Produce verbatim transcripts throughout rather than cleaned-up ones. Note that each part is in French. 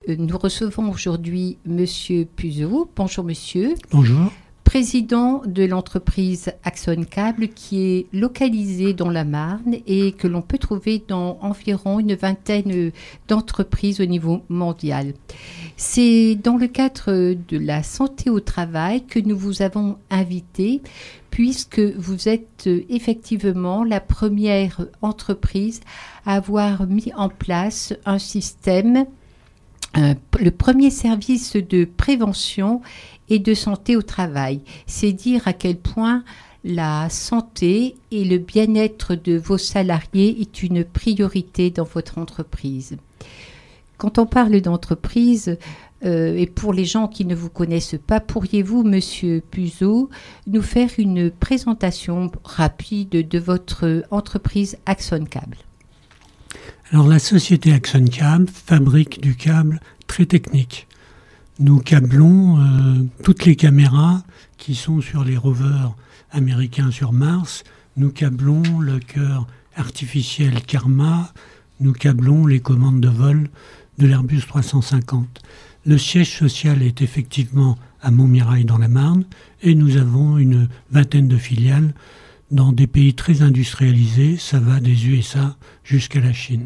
Nous recevons aujourd'hui Monsieur Puzot. Bonjour Monsieur. Bonjour. Président de l'entreprise Axon Câble qui est localisée dans la Marne et que l'on peut trouver dans environ une vingtaine d'entreprises au niveau mondial. C'est dans le cadre de la santé au travail que nous vous avons invité puisque vous êtes effectivement la première entreprise à avoir mis en place un système, euh, le premier service de prévention et de santé au travail. C'est dire à quel point la santé et le bien-être de vos salariés est une priorité dans votre entreprise. Quand on parle d'entreprise, euh, et pour les gens qui ne vous connaissent pas, pourriez-vous, Monsieur Puzot, nous faire une présentation rapide de votre entreprise Axon Câble? Alors, la société Axon Câble fabrique du câble très technique. Nous câblons euh, toutes les caméras qui sont sur les rovers américains sur Mars. Nous câblons le cœur artificiel Karma. Nous câblons les commandes de vol de l'Airbus trois cent cinquante. Le siège social est effectivement à Montmirail dans la Marne et nous avons une vingtaine de filiales dans des pays très industrialisés. Ça va des U S A jusqu'à la Chine.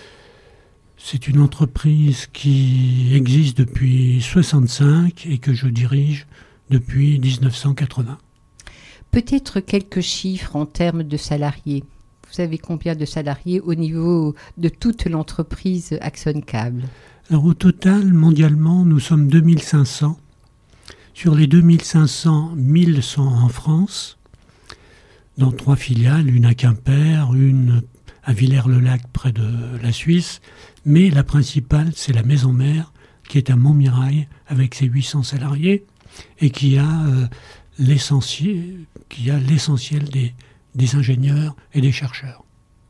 C'est une entreprise qui existe depuis soixante-cinq et que je dirige depuis dix-neuf cent quatre-vingts. Peut-être quelques chiffres en termes de salariés. Vous savez combien de salariés au niveau de toute l'entreprise Axon Câble? Alors au total, mondialement, nous sommes deux mille cinq cents. Sur les deux mille cinq cents, mille sont en France, dans trois filiales, une à Quimper, une à Villers-le-Lac près de la Suisse, mais la principale, c'est la maison mère qui est à Montmirail avec ses huit cents salariés et qui a euh, l'essentiel, qui a l'essentiel des, des ingénieurs et des chercheurs.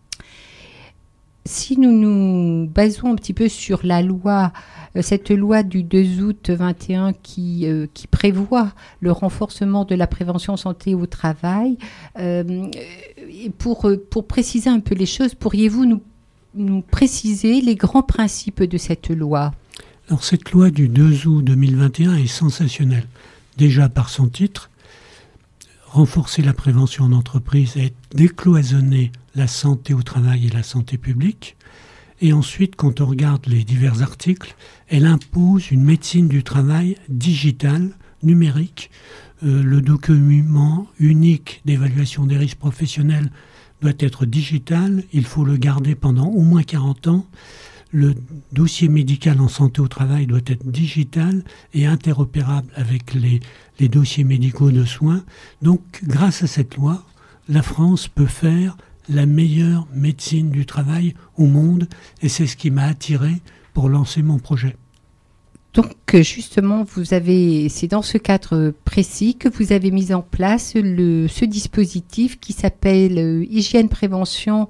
Si nous nous basons un petit peu sur la loi, euh, cette loi du deux août vingt et un qui, euh, qui prévoit le renforcement de la prévention santé au travail, euh, pour, pour préciser un peu les choses, pourriez-vous nous, nous préciser les grands principes de cette loi? Alors cette loi du deux août deux mille vingt et un est sensationnelle. Déjà par son titre, renforcer la prévention en entreprise et décloisonner la santé au travail et la santé publique. Et ensuite, quand on regarde les divers articles, elle impose une médecine du travail digitale, numérique. Euh, le document unique d'évaluation des risques professionnels doit être digital. Il faut le garder pendant au moins quarante ans. Le dossier médical en santé au travail doit être digital et interopérable avec les, les dossiers médicaux de soins. Donc, grâce à cette loi, la France peut faire la meilleure médecine du travail au monde et c'est ce qui m'a attiré pour lancer mon projet. Donc, justement, vous avez, c'est dans ce cadre précis que vous avez mis en place le, ce dispositif qui s'appelle euh, Hygiène Prévention.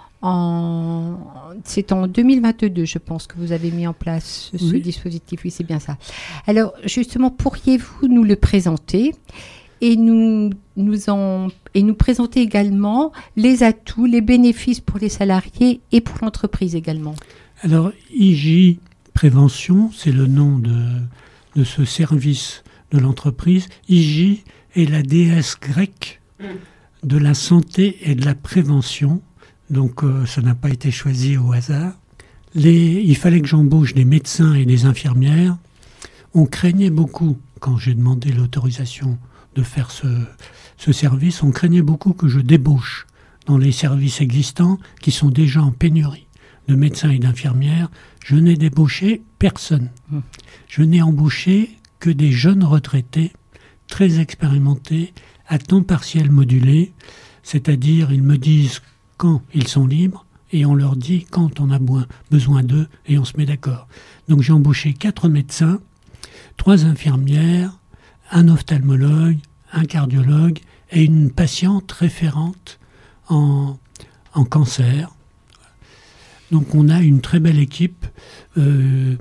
En, c'est en deux mille vingt-deux, je pense, que vous avez mis en place ce oui. dispositif. Oui, c'est bien ça. Alors, justement, pourriez-vous nous le présenter et nous, nous, en, et nous présenter également les atouts, les bénéfices pour les salariés et pour l'entreprise également? Alors, I J Prévention, c'est le nom de, de ce service de l'entreprise. I J est la déesse grecque de la santé et de la prévention. Donc, euh, ça n'a pas été choisi au hasard. Les, il fallait que j'embauche des médecins et des infirmières. On craignait beaucoup, quand j'ai demandé l'autorisation de faire ce, ce service, on craignait beaucoup que je débauche dans les services existants qui sont déjà en pénurie de médecins et d'infirmières. Je n'ai débauché personne. Je n'ai embauché que des jeunes retraités très expérimentés, à temps partiel modulé, c'est-à-dire ils me disent quand ils sont libres et on leur dit quand on a besoin d'eux et on se met d'accord. Donc j'ai embauché quatre médecins, trois infirmières, un ophtalmologue, un cardiologue et une patiente référente en, en cancer. Donc on a une très belle équipe euh,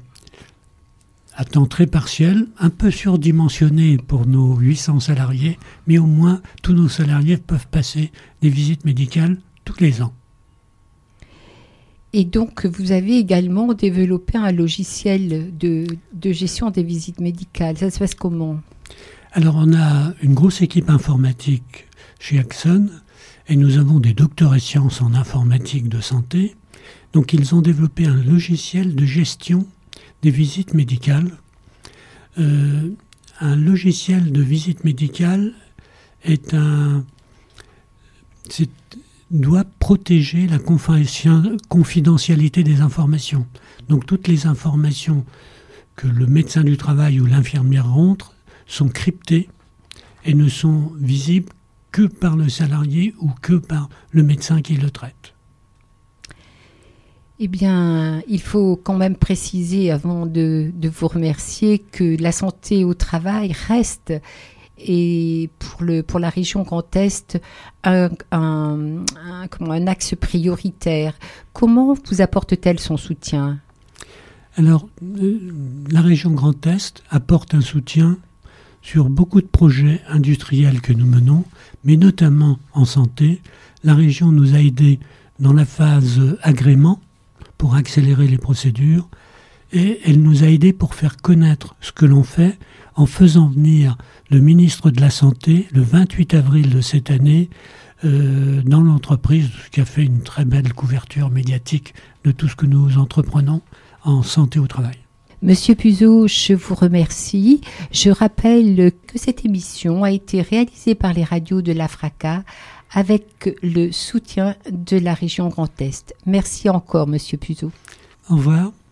à temps très partiel, un peu surdimensionnée pour nos huit cents salariés, mais au moins tous nos salariés peuvent passer des visites médicales tous les ans. Et donc, vous avez également développé un logiciel de, de gestion des visites médicales. Ça se passe comment ? Alors, on a une grosse équipe informatique chez Axon et nous avons des docteurs et sciences en informatique de santé. Donc, ils ont développé un logiciel de gestion des visites médicales. Euh, un logiciel de visite médicale est un... C'est, doit protéger la confidentialité des informations. Donc toutes les informations que le médecin du travail ou l'infirmière rentre sont cryptées et ne sont visibles que par le salarié ou que par le médecin qui le traite. Eh bien, il faut quand même préciser, avant de, de vous remercier, que la santé au travail reste, et pour, le, pour la région Grand Est, un, un, un, comment, un axe prioritaire. Comment vous apporte-t-elle son soutien ? Alors, euh, la région Grand Est apporte un soutien sur beaucoup de projets industriels que nous menons, mais notamment en santé. La région nous a aidés dans la phase agrément pour accélérer les procédures, et elle nous a aidés pour faire connaître ce que l'on fait en faisant venir le ministre de la Santé le vingt-huit avril de cette année euh, dans l'entreprise, ce qui a fait une très belle couverture médiatique de tout ce que nous entreprenons en santé au travail. Monsieur Puzot, je vous remercie. Je rappelle que cette émission a été réalisée par les radios de l'AFRACA avec le soutien de la région Grand Est. Merci encore, Monsieur Puzot. Au revoir.